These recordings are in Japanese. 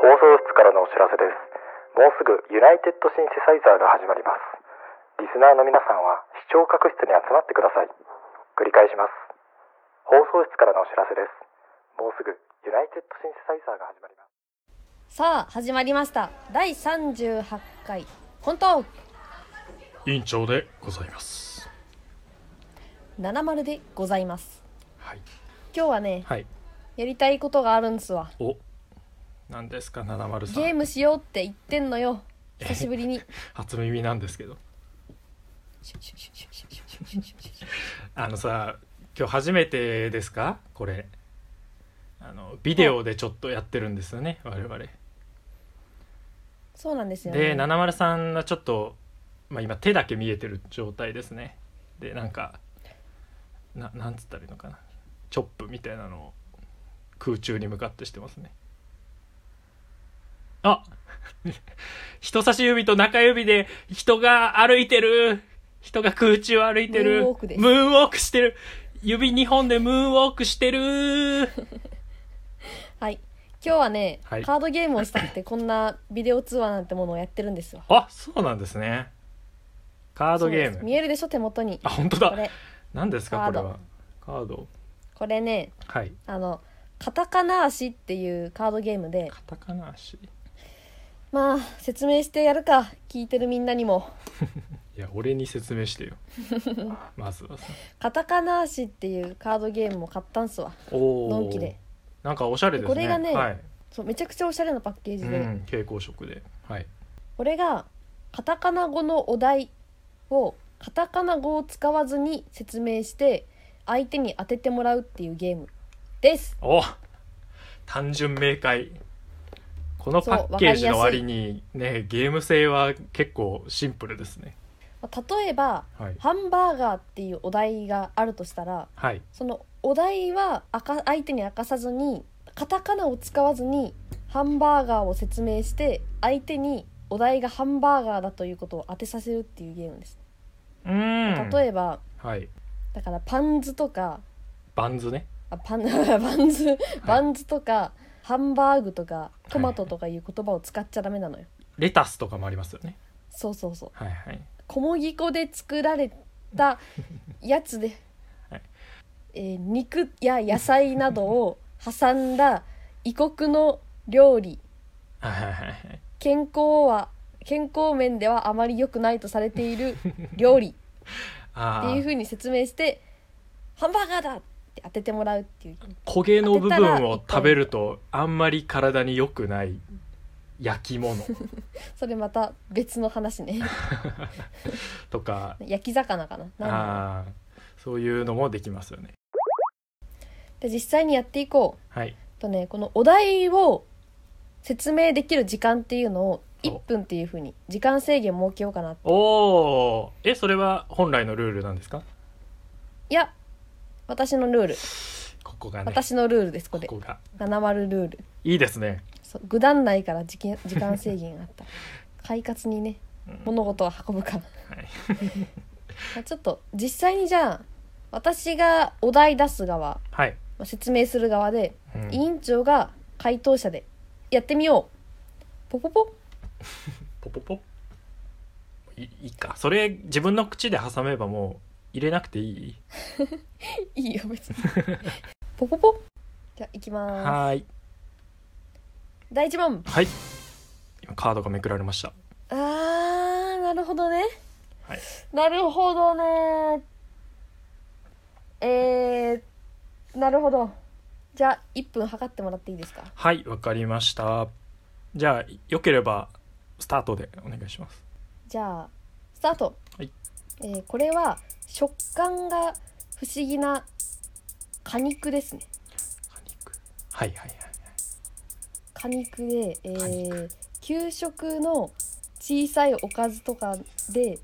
放送室からのお知らせです。もうすぐユナイテッドシンセサイザーが始まります。リスナーの皆さんは視聴覚室に集まってください。繰り返します。放送室からのお知らせです。もうすぐユナイテッドシンセサイザーが始まります。 さあ始まりました。第38回本当委員長でございます。 70でございます。 はい。 今日はね、 はい。 やりたいことがあるんすわ。 お、何ですか70さん。 ゲームしようって言ってんのよ。久しぶりに。 初耳なんですけど。さ、今日初めてですかこれ。ビデオでちょっとやってるんですよね、我々。 そうなんですよね。 で70さんはちょっと、今手だけ見えてる状態ですね。でなんかなんつったらいいのかな、チョップみたいなのを空中に向かってしてますね。あ人差し指と中指で人が歩いてる、人が空中を歩いてる、 ムーンウォークです。 ムーンウォークしてる、指2本でムーンウォークしてるはい、今日はね、 はい、 カードゲームをしたくてこんなビデオ通話なんてものをやってるんですよ。 あ、そうなんですね。カードゲーム見えるでしょ、手元に。 あ、本当だ。 これ何ですかこれは。 カード。 これね、 はい。 カタカナ足っていうカードゲームで、 カタカナ足。 まあ説明してやるか、聞いてるみんなにも。 いや、俺に説明してよまずはさ。 カタカナ足っていうカードゲームを買ったんすわ。ドンキで。 なんかおしゃれですね。 これがね、 はい、 そうめちゃくちゃおしゃれなパッケージで、 蛍光色で、はい、 これがカタカナ語のお題をカタカナ語を使わずに説明して相手に当ててもらうっていうゲームです。 お、単純明快。このパッケージの割にね、ゲーム性は結構シンプルですね。 例えば、 はい、 ハンバーガーっていうお題があるとしたら、 はい、 そのお題は相手に明かさずにカタカナを使わずにハンバーガーを説明して相手にお題がハンバーガーだということを当てさせるっていうゲームです。例えば、 はい、 だからパンズとかバンズね、 バンズとか、ハンバーグとかトマトとかいう言葉を使っちゃダメなのよ。 レタスとかもありますよね。 そうそうそう、 はいはい、 小麦粉で作られたやつで、はい、肉や野菜などを挟んだ異国の料理健康面ではあまり良くないとされている料理っていう風に説明してハンバーガーだって当ててもらうっていう。 焦げの部分を食べるとあんまり体に良くない焼き物それまた別の話ねとか焼き魚かな、 そういうのもできますよね。 で実際にやっていこう。 はい。 とね、このお題を説明できる時間っていうのを1分っていう風に時間制限設けようかなって。 おー、それは本来のルールなんですか？ いや、私のルール。 ここがね、 私のルールです。ここが 70ルール。いいですね。 そう具団内から時間制限があった快活にね、物事を運ぶから、はい、ちょっと実際にじゃあ私がお題出す側、 はい、 説明する側で、委員長が回答者でやってみよう。ポポポポポポ いいか。それ自分の口で挟めばもう入れなくていいいいよ別にポポポ。じゃあいきます。 はい。 第1問。 はい。今カードがめくられました。 なるほどね。 はい。 なるほどね。なるほど。じゃあ1分測ってもらっていいですか？ はい、わかりました。じゃあよければスタートでお願いします。 じゃあスタート。 はい。 これは食感が不思議な果肉ですね。 果肉。はいはいはい。 果肉で、給食の小さいおかずとかで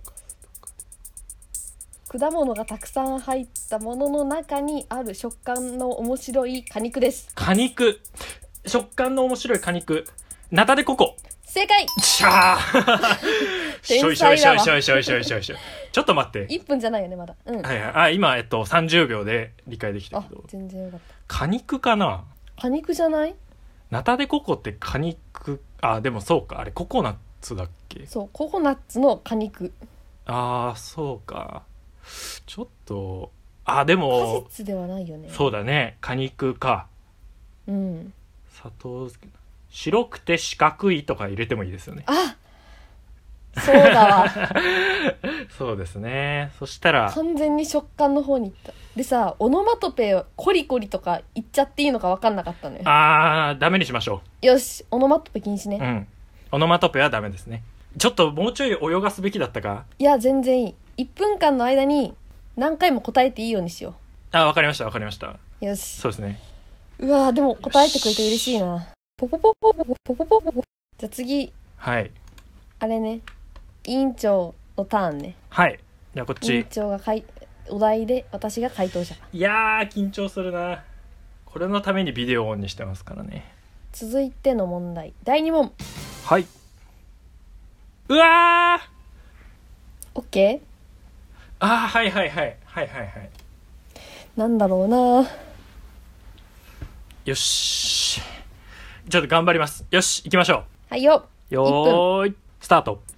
果物がたくさん入ったものの中にある食感の面白い果肉です。 果肉。食感の面白い果肉。ナタデココ。 正解。 しゃーしょいしょいしょいしょいしょいしょいしょいしょい。ちょっと待って。 1分じゃないよねまだ。うん。 はいはい。今30秒で理解できたけど。 全然よかった。 果肉かな。 果肉じゃない？ ナタデココって果肉あでもそうか、あれココナッツだっけ。 そうココナッツの果肉。 ああそうか、ちょっとで果も実ではないよね。 そうだね、果肉か。 うん。 砂糖漬け、白くて四角いとか入れてもいいですよね。 あ、そうだわ。 そうですね。そしたら完全に食感の方にいった。でさ、オノマトペコリコリとか言っちゃっていいのか分かんなかったのよ。 ダメにしましょよし、オノマトペ禁止ね。 う。オノマトペはダメですね。ちょっともうちょい泳がすべきだったか。 いや全然いい。1分間の間に何回も答えていいようにしよわかりましたわかりました。 う。よし。 そうですね。 うわー、でも答えてくれて嬉しいな。ポポポポポポポポポポ。じゃあ次、 はいあれね、委員長のターンね。 はい。じゃあこっ委員ち。 長がお題で私が回答者。 いやー緊張するな。これのためにビデオオンにしてますからね。 続いての問題、第2問。 はい。うわー OK？ はいはいはいはいはいはい。 なんだろうな。 よし、ちょっと頑張ります。よし行きましょはいよ。 う。よーいスタート。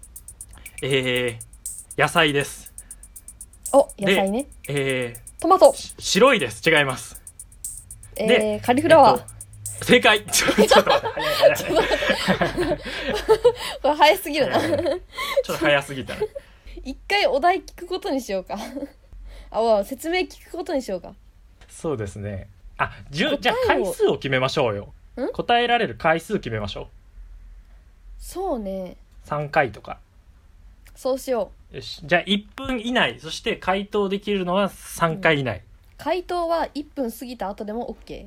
野菜です。 お、野菜ね。トマト。 白いです。違います。でカリフラワー。 正解。ちょっと待って、 これ早すぎるな。 ちょっと早すぎたね。 一回お題聞くことにしようか。説明聞くことにしようか。 そうですね。じゃあ回数を決めましょうよ。答えられる回数決めましょう。 そうね。 3回とか。 そうしよう。よし。じゃあ1分以内。そして回答できるのは3回以内。 回答は1分過ぎた後でも OK？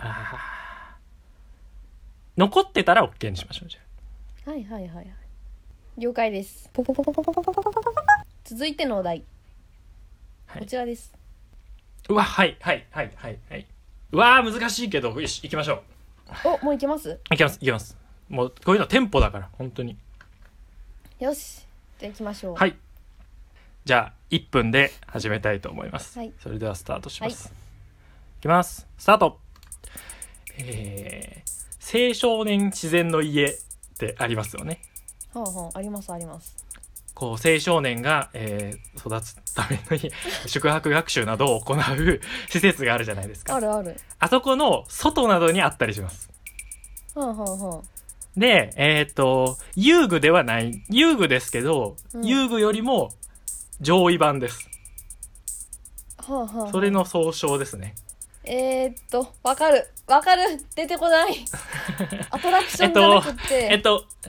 残ってたら OK にしましょう。じゃはいはいはいはい。了解です。続いてのお題、こちらです。 うわ、はいはいはいはいはい。うわー難しいけど、よし行きましょう。もう行けます？ 行きます。もうこういうのテンポだから本当に。 よし、じゃあ行きましょう。 はい。じゃあ1分で始めたいと思います。 はい、 それではスタートします。いきます。スタート。青少年自然の家ってありますよね。 ありますあります。 こう青少年が、育つために宿泊学習などを行う施設があるじゃないですか。 あるある。 あそこの外などにあったりします。で、遊具ではない、遊具ですけど、遊具よりも上位版です。それの総称ですね。 わかる出てこないアトラクションじゃなくて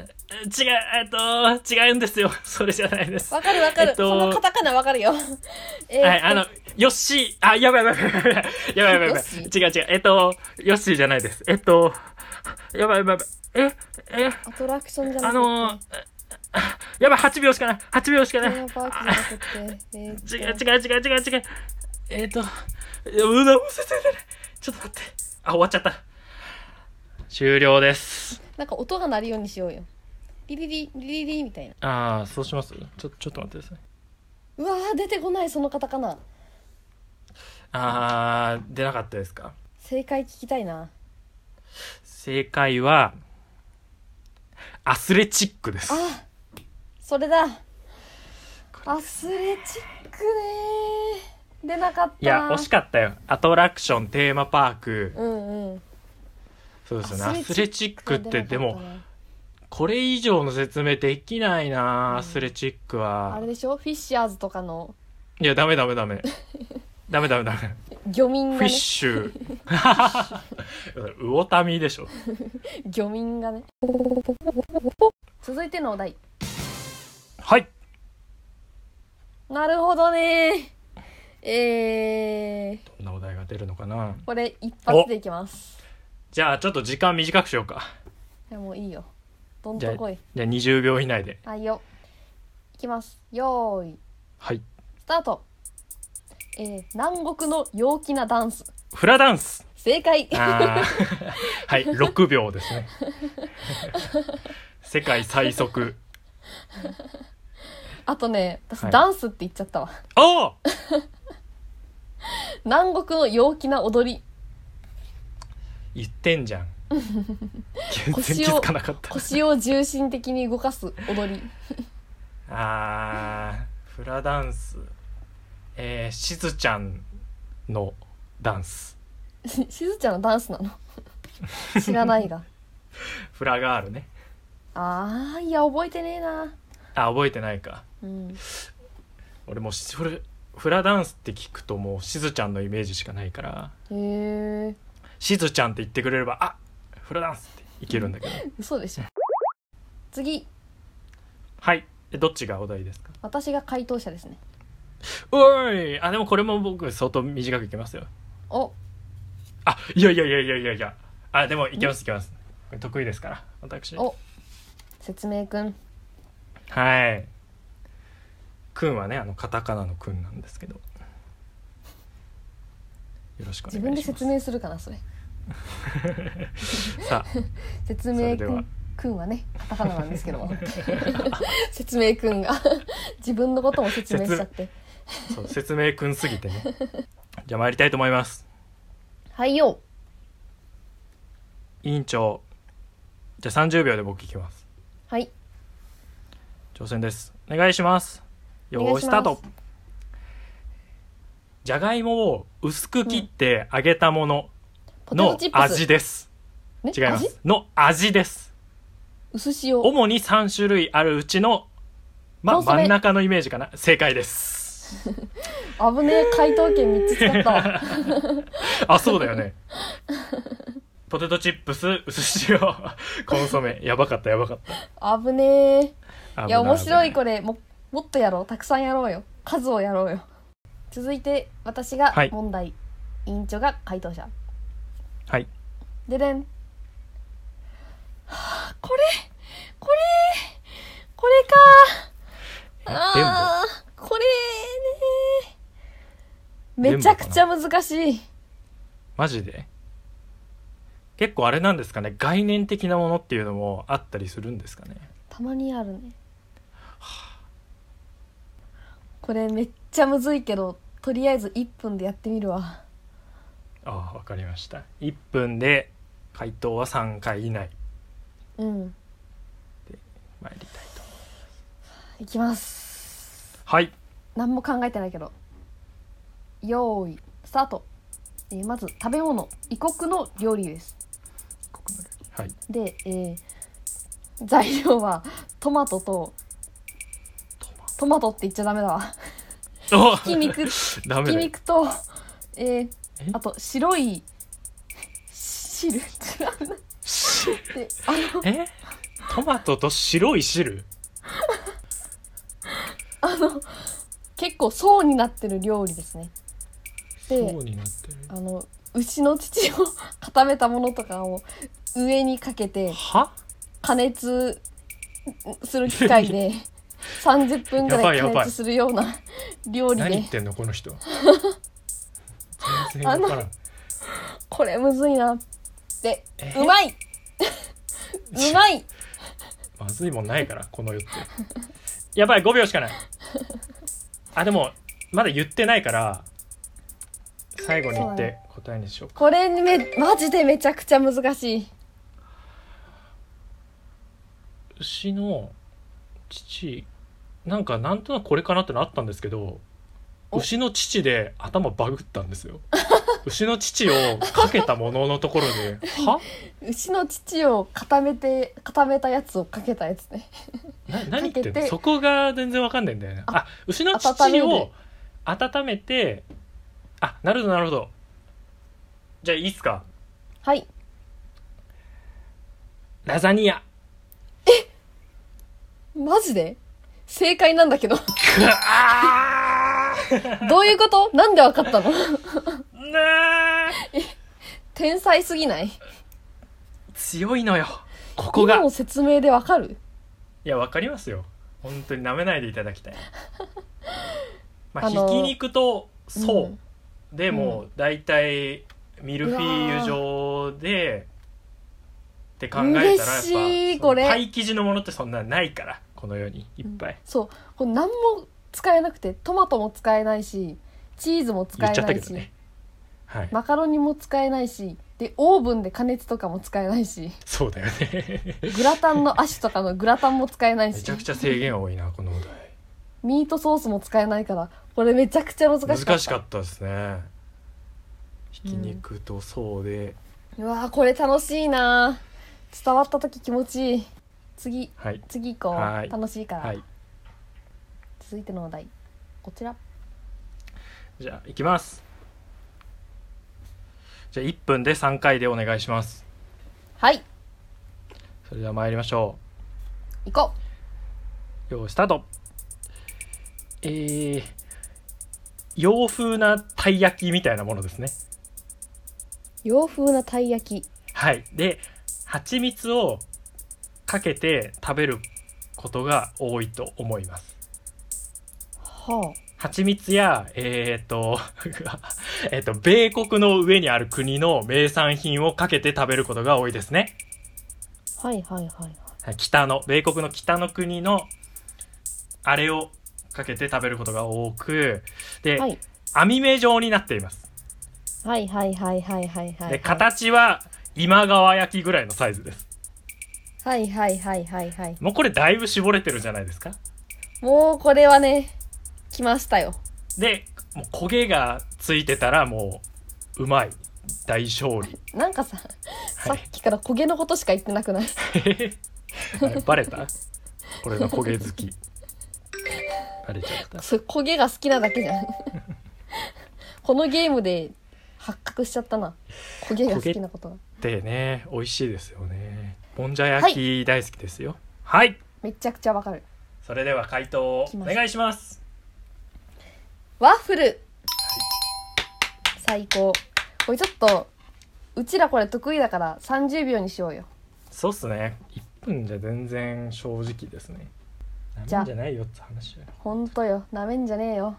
違うんですよ。それじゃないです。 わかる、そのカタカナわかるよ。 はい、ヨッシー、やばい違う、ヨッシーじゃないです。やばいアトラクションじゃなくてやばい、8秒しかない。 テーマパークじゃなくて違う。ちょっと待って。終わっちゃった。終了です。 なんか音が鳴るようにしようよ。リリリリリリみたいな。 そうします。ちょっと待ってください。 うわー、出てこない、そのカタカナ。 出なかったですか？ 正解聞きたいな。 正解はアスレチックです。 それだ。アスレチックね。出なかった。 いや惜しかったよ。アトラクション、テーマパーク。そうですよね。アスレチックってでもこれ以上の説明できないな、アスレチックは。 あれでしょ、フィッシャーズとかの。 いやダメ。魚民がね。フィッシュ魚民でしょ。 魚民がね。続いてのお題。 はい。 なるほどね。 どんなお題が出るのかな。 これ一発でいきます。 じゃあちょっと時間短くしようか。 いやもういいよ。どんとこい。 じゃあ20秒以内で。 はいよ。いきます。よーい。 はい。 スタート。南国の陽気なダンス。 フラダンス。 正解。 はい、6秒ですね。世界最速。 あとね、私、ダンスって言っちゃったわ。南国の陽気な踊り。 言ってんじゃん。 全然気づかなかった腰を重心的に動かす踊りフラダンスしずちゃんのダンスしずちゃんのダンスなの知らないがフラガールね。 いや覚えてねえな。 覚えてないか。俺もフラダンスって聞くともうしずちゃんのイメージしかないから、しずちゃんって言ってくれればフラダンスっていけるんだけど嘘でしょ。次、 はい、どっちがお題ですか？ 私が回答者ですね。 おい、でもこれも僕相当短くいけますよ。いやでもいけます、これ得意ですから私。 説明くん。 はい、くんはねカタカナのくんなんですけど、よろしくお願いします。 自分で説明するかなそれさあ説明くんはねカタカナなんですけども説明くんが自分のことも説明しちゃってそう説明くんすぎてねじゃあ参りたいと思います。 はいよ。 委員長、じゃあ30秒で僕聞きます。 はい、 挑戦です。お願いします。よーいスタート。じゃがいもを薄く切って揚げたものの味です、違いますの味です。 薄塩。 主に3種類あるうちの真ん中のイメージかな。正解です危ねえ、回答権3つ使ったそうだよねポテトチップス、薄塩、コンソメ。やばかった危ねえ。いや面白い。 危ないこれもっとやろう。たくさんやろうよ。数をやろうよ。続いて私が問題、委員長が回答者。 はい。 ででん。これか。これね。めちゃくちゃ難しい。 マジで？結構あれなんですかね、概念的なものっていうのもあったりするんですかね。 たまにあるね。これめっちゃむずいけど、とりあえず1分でやってみるわ。 わかりました。1分で回答は3回以内で参りたいと思います。 いきます。 はい。 何も考えてないけど、よーいスタート。まず食べ物、異国の料理です。 はい。 で、材料はトマトとトマトって言っちゃダメだわひき肉とあと白い汁違うなでトマトと白い汁結構層になってる料理ですね。で、 層になってる牛の乳を固めたものとかを上にかけて加熱する機械で30分ぐらい加熱するような料理で。 何言ってんのこの人全然分からん。 これむずいな。で、うまいまずいもんないからこの世ってやばい、5秒しかない。でもまだ言ってないから最後に言って答えにしようか。 これマジでめちゃくちゃ難しい。 牛の乳なんとなくこれかなってのあったんですけど、牛の乳で頭バグったんですよ牛の乳をかけたもののところで牛の乳を固めたやつをかけたやつね何言ってんの、そこが全然わかんないんだよね。牛の乳を温めてなるほど。じゃあいいっすか。 はい。 ラザニア。 マジで正解なんだけどどういうこと？なんでわかったの天才すぎない？ 強いのよここが。 今の説明でわかる？ いやわかりますよ、本当に舐めないでいただきたいひき肉と層でもだいたいミルフィーユ状でって考えたらやっぱパイ生地のものってそんなないから、この世にいっぱい、 そうこれ何も使えなくて、トマトも使えないしチーズも使えないし、 ね、はい、 マカロニも使えないし、 でオーブンで加熱とかも使えないし、 そうだよねグラタンの足とかのグラタンも使えないし、 めちゃくちゃ制限多いなこのお題。 ミートソースも使えないから、これめちゃくちゃ難しかった。 難しかったですね。ひき肉とそうで、 うわーこれ楽しいな。伝わった時気持ちいい。次行こう。 はい楽しいから、 はい、 続いてのお題こちら。 じゃあいきます。じゃあ1分で3回でお願いします。 はい、 それでは参りましょ行こう。よースタート。洋風なたい焼きみたいなものですね。 う。洋風なたい焼き。 はい。で蜂蜜をかけて食べることが多いと思います。 は蜂蜜や米国の上にある国の名産品をかけて食べることが多いですね。 あ、はいはいはいはい。 米国の北の国のあれをかけて食べることが多く、で、 はい、 網目状になっています。 はいはいはいはいはいはい。 で形は今川焼きぐらいのサイズです。 はいはいはいはいはい。 もうこれだいぶ絞れてるじゃないですか。 もうこれはね来ましたよ。 でもう焦げがついてたらもううまい、大勝利。 なんかさ、さっきから焦げのことしか言ってなくない？ バレた？俺の焦げ好きバレちゃった。 それ焦げが好きなだけじゃん。このゲームで発覚しちゃったな、焦げが好きなことが。 でね、美味しいですよね。もんじゃ焼き大好きですよ。はい、 めちゃくちゃわかる。 それでは回答をお願いします。 ワッフル、最高。これちょっとうちらこれ得意だから30秒にしようよ。 そうっすね。1分じゃ全然正直ですね。なめんじゃないよって話だよ。 ほんとよ、なめんじゃねえよ。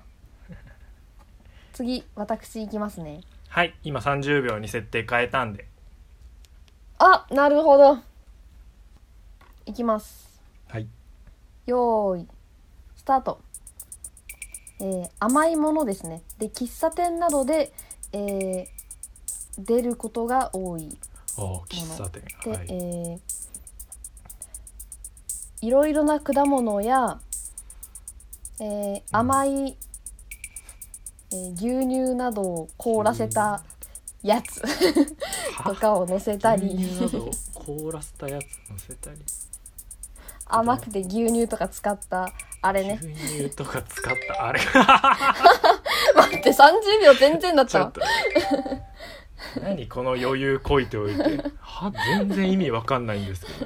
次私いきますね。 はい、今30秒に設定変えたんで。 あ、なるほど。いきます。 はい、 よーいスタート。甘いものですね。で喫茶店などで、出ることが多いもの。 喫茶店で、 はい、 いろいろな果物や、甘い、牛乳などを凍らせたやつとかを乗せたり、 牛乳などを凍らせたやつ乗せたり甘くて牛乳とか使ったあれね。 牛乳とか使ったあれ待って、30秒全然だったわ。 何この余裕こいておいて全然意味わかんないんですけど。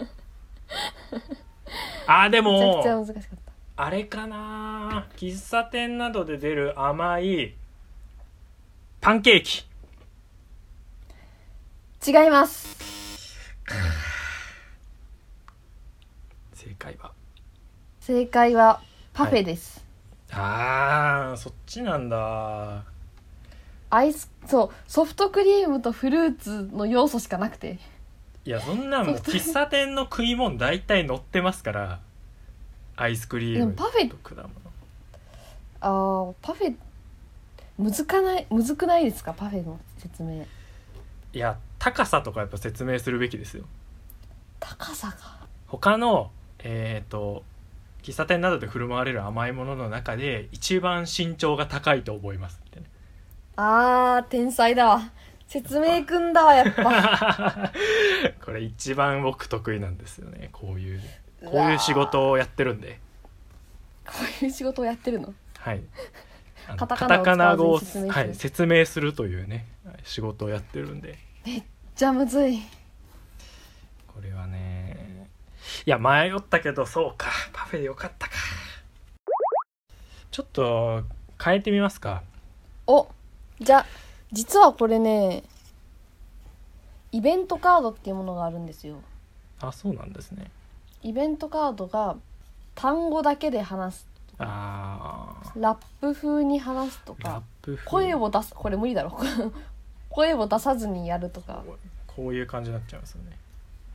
でもめちゃくちゃ難しかった。 あれかな、喫茶店などで出る甘いパンケーキ。 違います。正解はパフェです、 そっちなんだ。 そうソフトクリームとフルーツの要素しかなくて。 いやそんなんもう喫茶店の食い物大体乗ってますから。アイスクリームと果物。 パフェむずくないですか？パフェの説明。 いや高さとかやっぱ説明するべきですよ。 高さか。 他の喫茶店などで振る舞われる甘いものの中で一番身長が高いと思いますってね。 天才だわ。説明くんだわやっぱ。 これ一番僕得意なんですよね。こういう仕事をやってるんで。 こういう仕事をやってるの？ はい。 カタカナ語を説明するというね仕事をやってるんで。 めっちゃむずい。 これはね、いや迷ったけどそうかパフェでよかったか。ちょっと変えてみますか。 じゃあ実はこれねイベントカードっていうものがあるんですよ。 そうなんですね。 イベントカードが単語だけで話す、ラップ風に話すとか、声を出す、これ無理だろ。声を出さずにやるとか、 こういう感じになっちゃいますよね。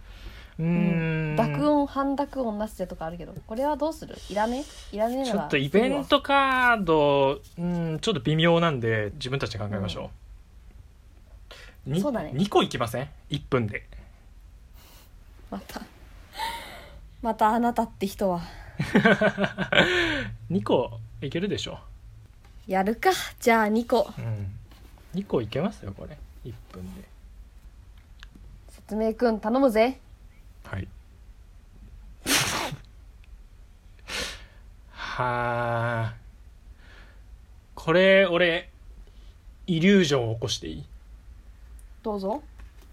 濁音半濁音なしでとかあるけど、これはどうする？いらねえならちょっとイベントカードちょっと微妙なんで自分たちで考えましょう、 そうだね。 2個いきません？1分で。 またあなたって人は。 2個いけるでしょ。 やるか。じゃあ2個。 2個いけますよこれ1分で。 説明くん頼むぜ。 はい。はあ。これ俺イリュージョンを起こしていい？ どうぞ。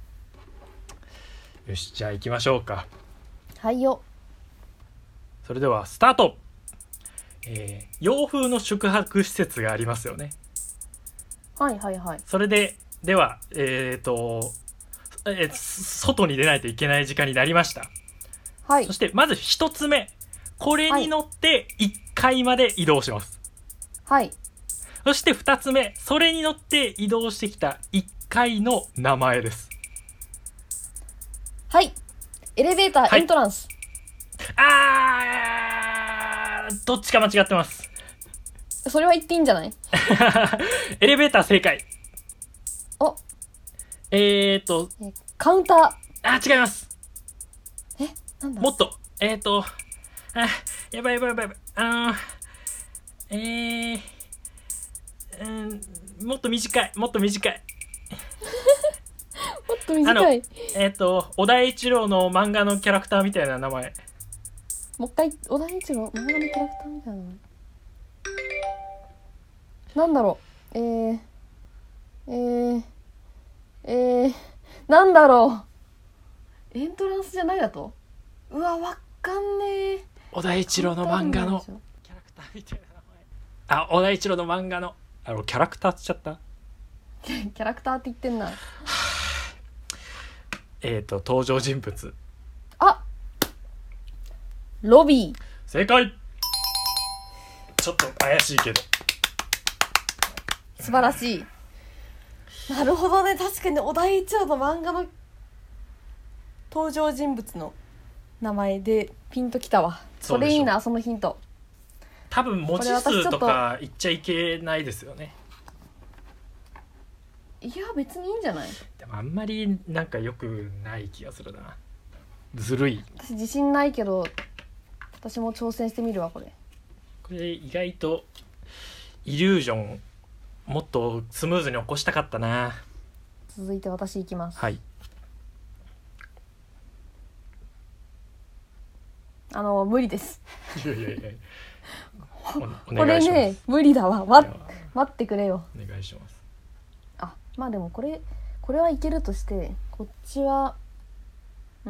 よし、じゃあ行きましょうか。 はいよ。 それではスタート。洋風の宿泊施設がありますよね。 はいはいはい。 それでは外に出ないといけない時間になりました。 はい。 そしてまず一つ目、これに乗って1階まで移動します。 はい。 そして2つ目、それに乗って移動してきた1階の名前です。 はい。エレベーター、 はい、 エントランス。 どっちか間違ってます。 それは言っていいんじゃない？ エレベーター正解。 お。カウンター。違います。 なんだ？ もっとやばい。もっと短い。 もっと短い。 小田一郎の漫画のキャラクターみたいな名前。 もう一回、小田一郎漫画のキャラクターみたいな。なんだろう。なんだろう。エントランスじゃないだと？うわ、わかんねえ。 小田一郎の漫画のキャラクターみたいな名前。小田一郎の漫画のキャラクターって言っちゃったキャラクターって言ってんな。 登場人物。 ロビー。 正解。ちょっと怪しいけど素晴らしい。なるほどね。確かに小田一郎の漫画の登場人物の名前でピンときたわ。それいいな、そのヒント。 多分文字数とか言っちゃいけないですよね。 いや別にいいんじゃない？ でもあんまりなんか良くない気がするな。ずるい。 私自信ないけど私も挑戦してみるわ。これ意外とイリュージョンもっとスムーズに起こしたかったな。 続いて私いきます。 はい。 無理です。 いやこれね無理だわ。待ってくれよ。 お願いします。 まあでもこれはいけるとして、こっちはこ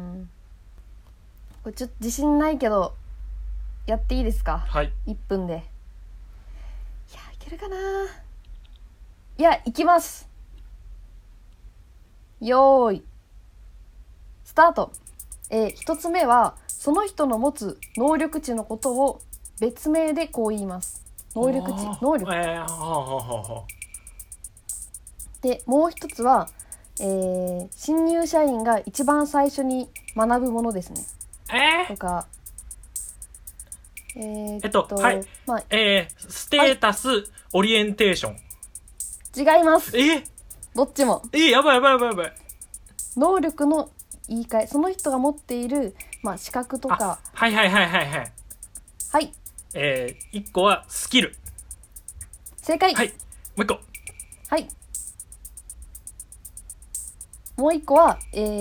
れちょっと自信ないけどやっていいですか？ はい。 1分で。いけるかな。いきます。よーいスタート。1つ目はその人の持つ能力値のことを別名でこう言います。能力値、能力。でもう一つは、新入社員が一番最初に学ぶものですね。とかはい、ステータス、オリエンテーション。 違います。どっちも。 やばい。 能力の言い換え、その人が持っている、資格とか。 はい。 はい。 1個はスキル。 正解。 はい。もう1個。 はい。もう1個は、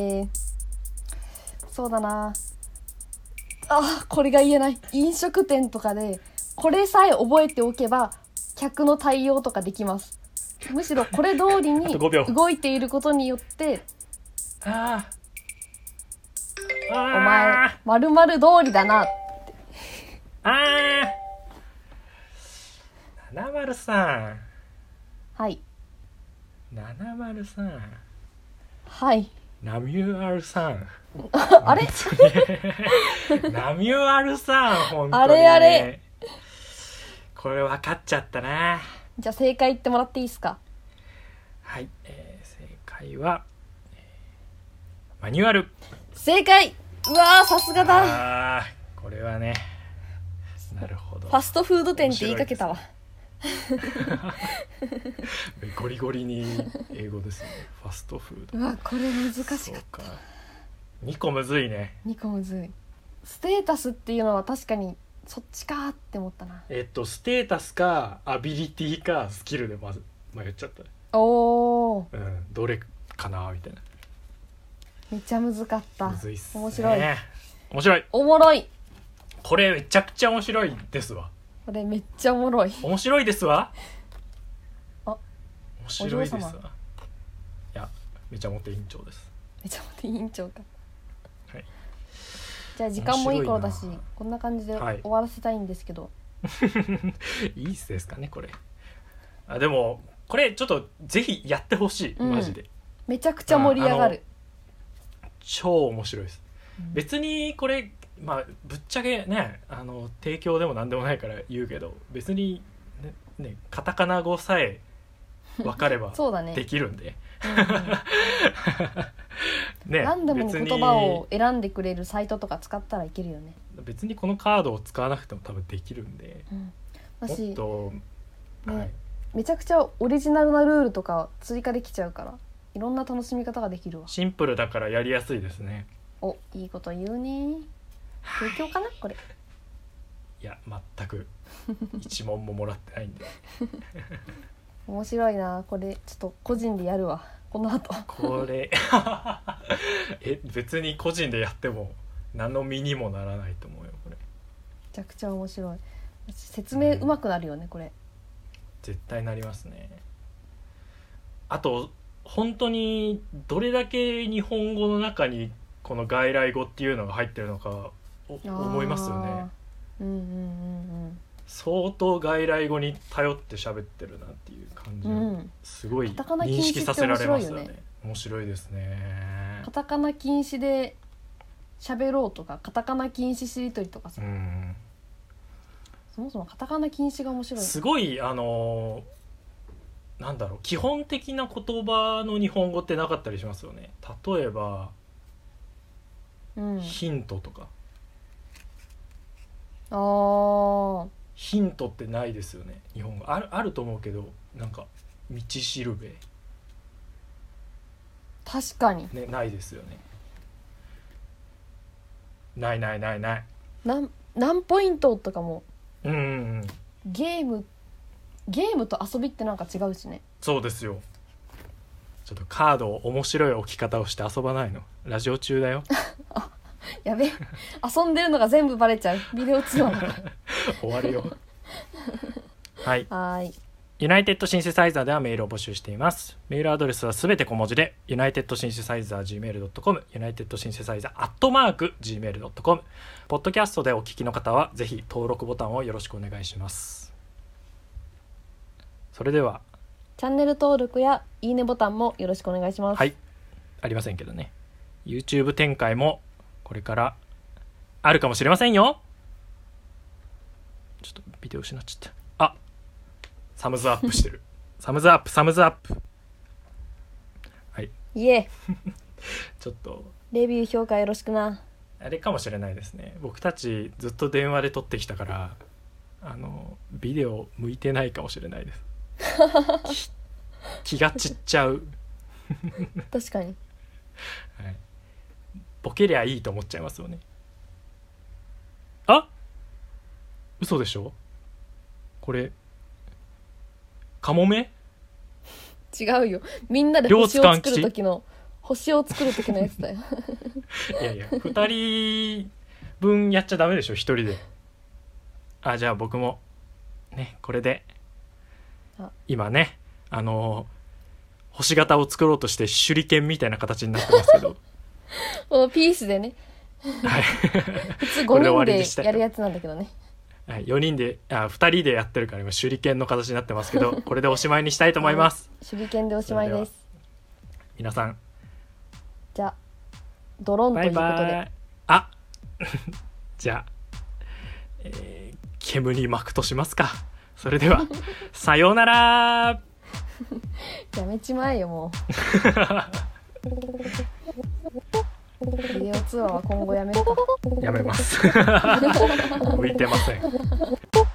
そうだな。これが言えない。飲食店とかでこれさえ覚えておけば客の対応とかできます。むしろこれ通りに動いていることによってお前〇〇通りだなって。 703。 はい 703。 はいナミューアルさん。 あれナミューアルさん、本当に、 あれこれ分かっちゃったな。 じゃあ正解言ってもらっていいですか？ はい、正解は、マニュアル。 正解。うわー、さすがだ。 これはね、なるほど。 ファストフード店って言いかけたわ。 ゴリゴリに英語ですね。ファストフード。 うわこれ難しかった。 そうか、2個むずいね。 2個むずい。ステータスっていうのは確かにそっちかって思ったな。 ステータスかアビリティかスキルでまず迷っちゃった。 おー、 どれかなみたいな。 めっちゃむずかった。 むずいっすね。 面白い。 面白い。 おもろい。 これめちゃくちゃ面白いですわ。 これめっちゃおもろい。 面白いですわ。 あ、 面白いですわ。 お嬢様。 いや、めちゃモテ委員長です。 めちゃモテ委員長か。 はい。 じゃあ時間もいい頃だし面白いな、 こんな感じではい終わらせたいんですけど。 いいっすですかねこれ。でもこれちょっとぜひやってほしい、マジで。 めちゃくちゃ盛り上がる。 超面白いです。別にこれぶっちゃけね提供でもなんでもないから言うけど、別にねカタカナ語さえ分かればそうだね。 できるんで。 ね、ランダムに言葉を選んでくれるサイトとか使ったらいけるよね。 別にこのカードを使わなくても多分できるんで、もっと、 ね、 はい、 めちゃくちゃオリジナルなルールとか追加できちゃうからいろんな楽しみ方ができるわ。 シンプルだからやりやすいですね。 お、いいこと言うね。提供かなこれ。 いや全く一問ももらってないんで。 面白いな。これちょっと個人でやるわこの後。 これ別に個人でやっても何の身にもならないと思うよこれ。めちゃくちゃ面白い。説明うまくなるよね、これ。 絶対なりますね。あと本当にどれだけ日本語の中にこの外来語っていうのが入ってるのか思いますよね。相当外来語に頼って喋ってるなっていう感じをすごい認識させられますよね。面白いですね。 カタカナ禁止で喋ろうとかカタカナ禁止しりとりとかさ、そもそもカタカナ禁止が面白い。 すごいなんだろう、基本的な言葉の日本語ってなかったりしますよね。例えば、ヒントとか。ヒントってないですよね日本語。あると思うけど、なんか道しるべ、 確かに、 ね、ないですよね。ない何ポイントとかも、 ゲームと遊びってなんか違うしね。 そうですよ。ちょっとカードを面白い置き方をして遊ばないの。ラジオ中だよ。 やべ、遊んでるのが全部バレちゃう。ビデオ通話だから終わるよ。 はい。 ユナイテッドシンセサイザーではメールを募集しています。メールアドレスはすべて小文字で unitedsynthetizergmail.com unitedsynthetizer@gmail.com。 ポッドキャストでお聞きの方はぜひ登録ボタンをよろしくお願いします。それではチャンネル登録やいいねボタンもよろしくお願いします。 はい、ありませんけどね。 YouTube 展開もこれからあるかもしれませんよ。ちょっとビデオ失っちゃった。あ、サムズアップしてる。サムズアップ。はい。 いえ。 ちょっとレビュー評価よろしくな。 あれかもしれないですね。僕たちずっと電話で撮ってきたからビデオ向いてないかもしれないです。気が散っちゃう。 確かに。 はい。ボケりゃいいと思っちゃいますよね。あ、嘘でしょこれ。カモメ？ 違うよ。みんなで星を作る時のやつだよ。 いや2人分やっちゃダメでしょ1人で。じゃあ僕もねこれで今ね星型を作ろうとして手裏剣みたいな形になってますけど。 このピースでね。 はい。 普通5人でやるやつなんだけどね。 はい、4人で2人でやってるから今手裏剣の形になってますけど、これでおしまいにしたいと思います。 手裏剣でおしまいです。 皆さんじゃあドローンということで。 バイバイ。じゃあ、煙に巻くとしますか。それではさようなら。 やめちまえよもう。ビデオ通話は今後やめるか。 やめます。向いてません。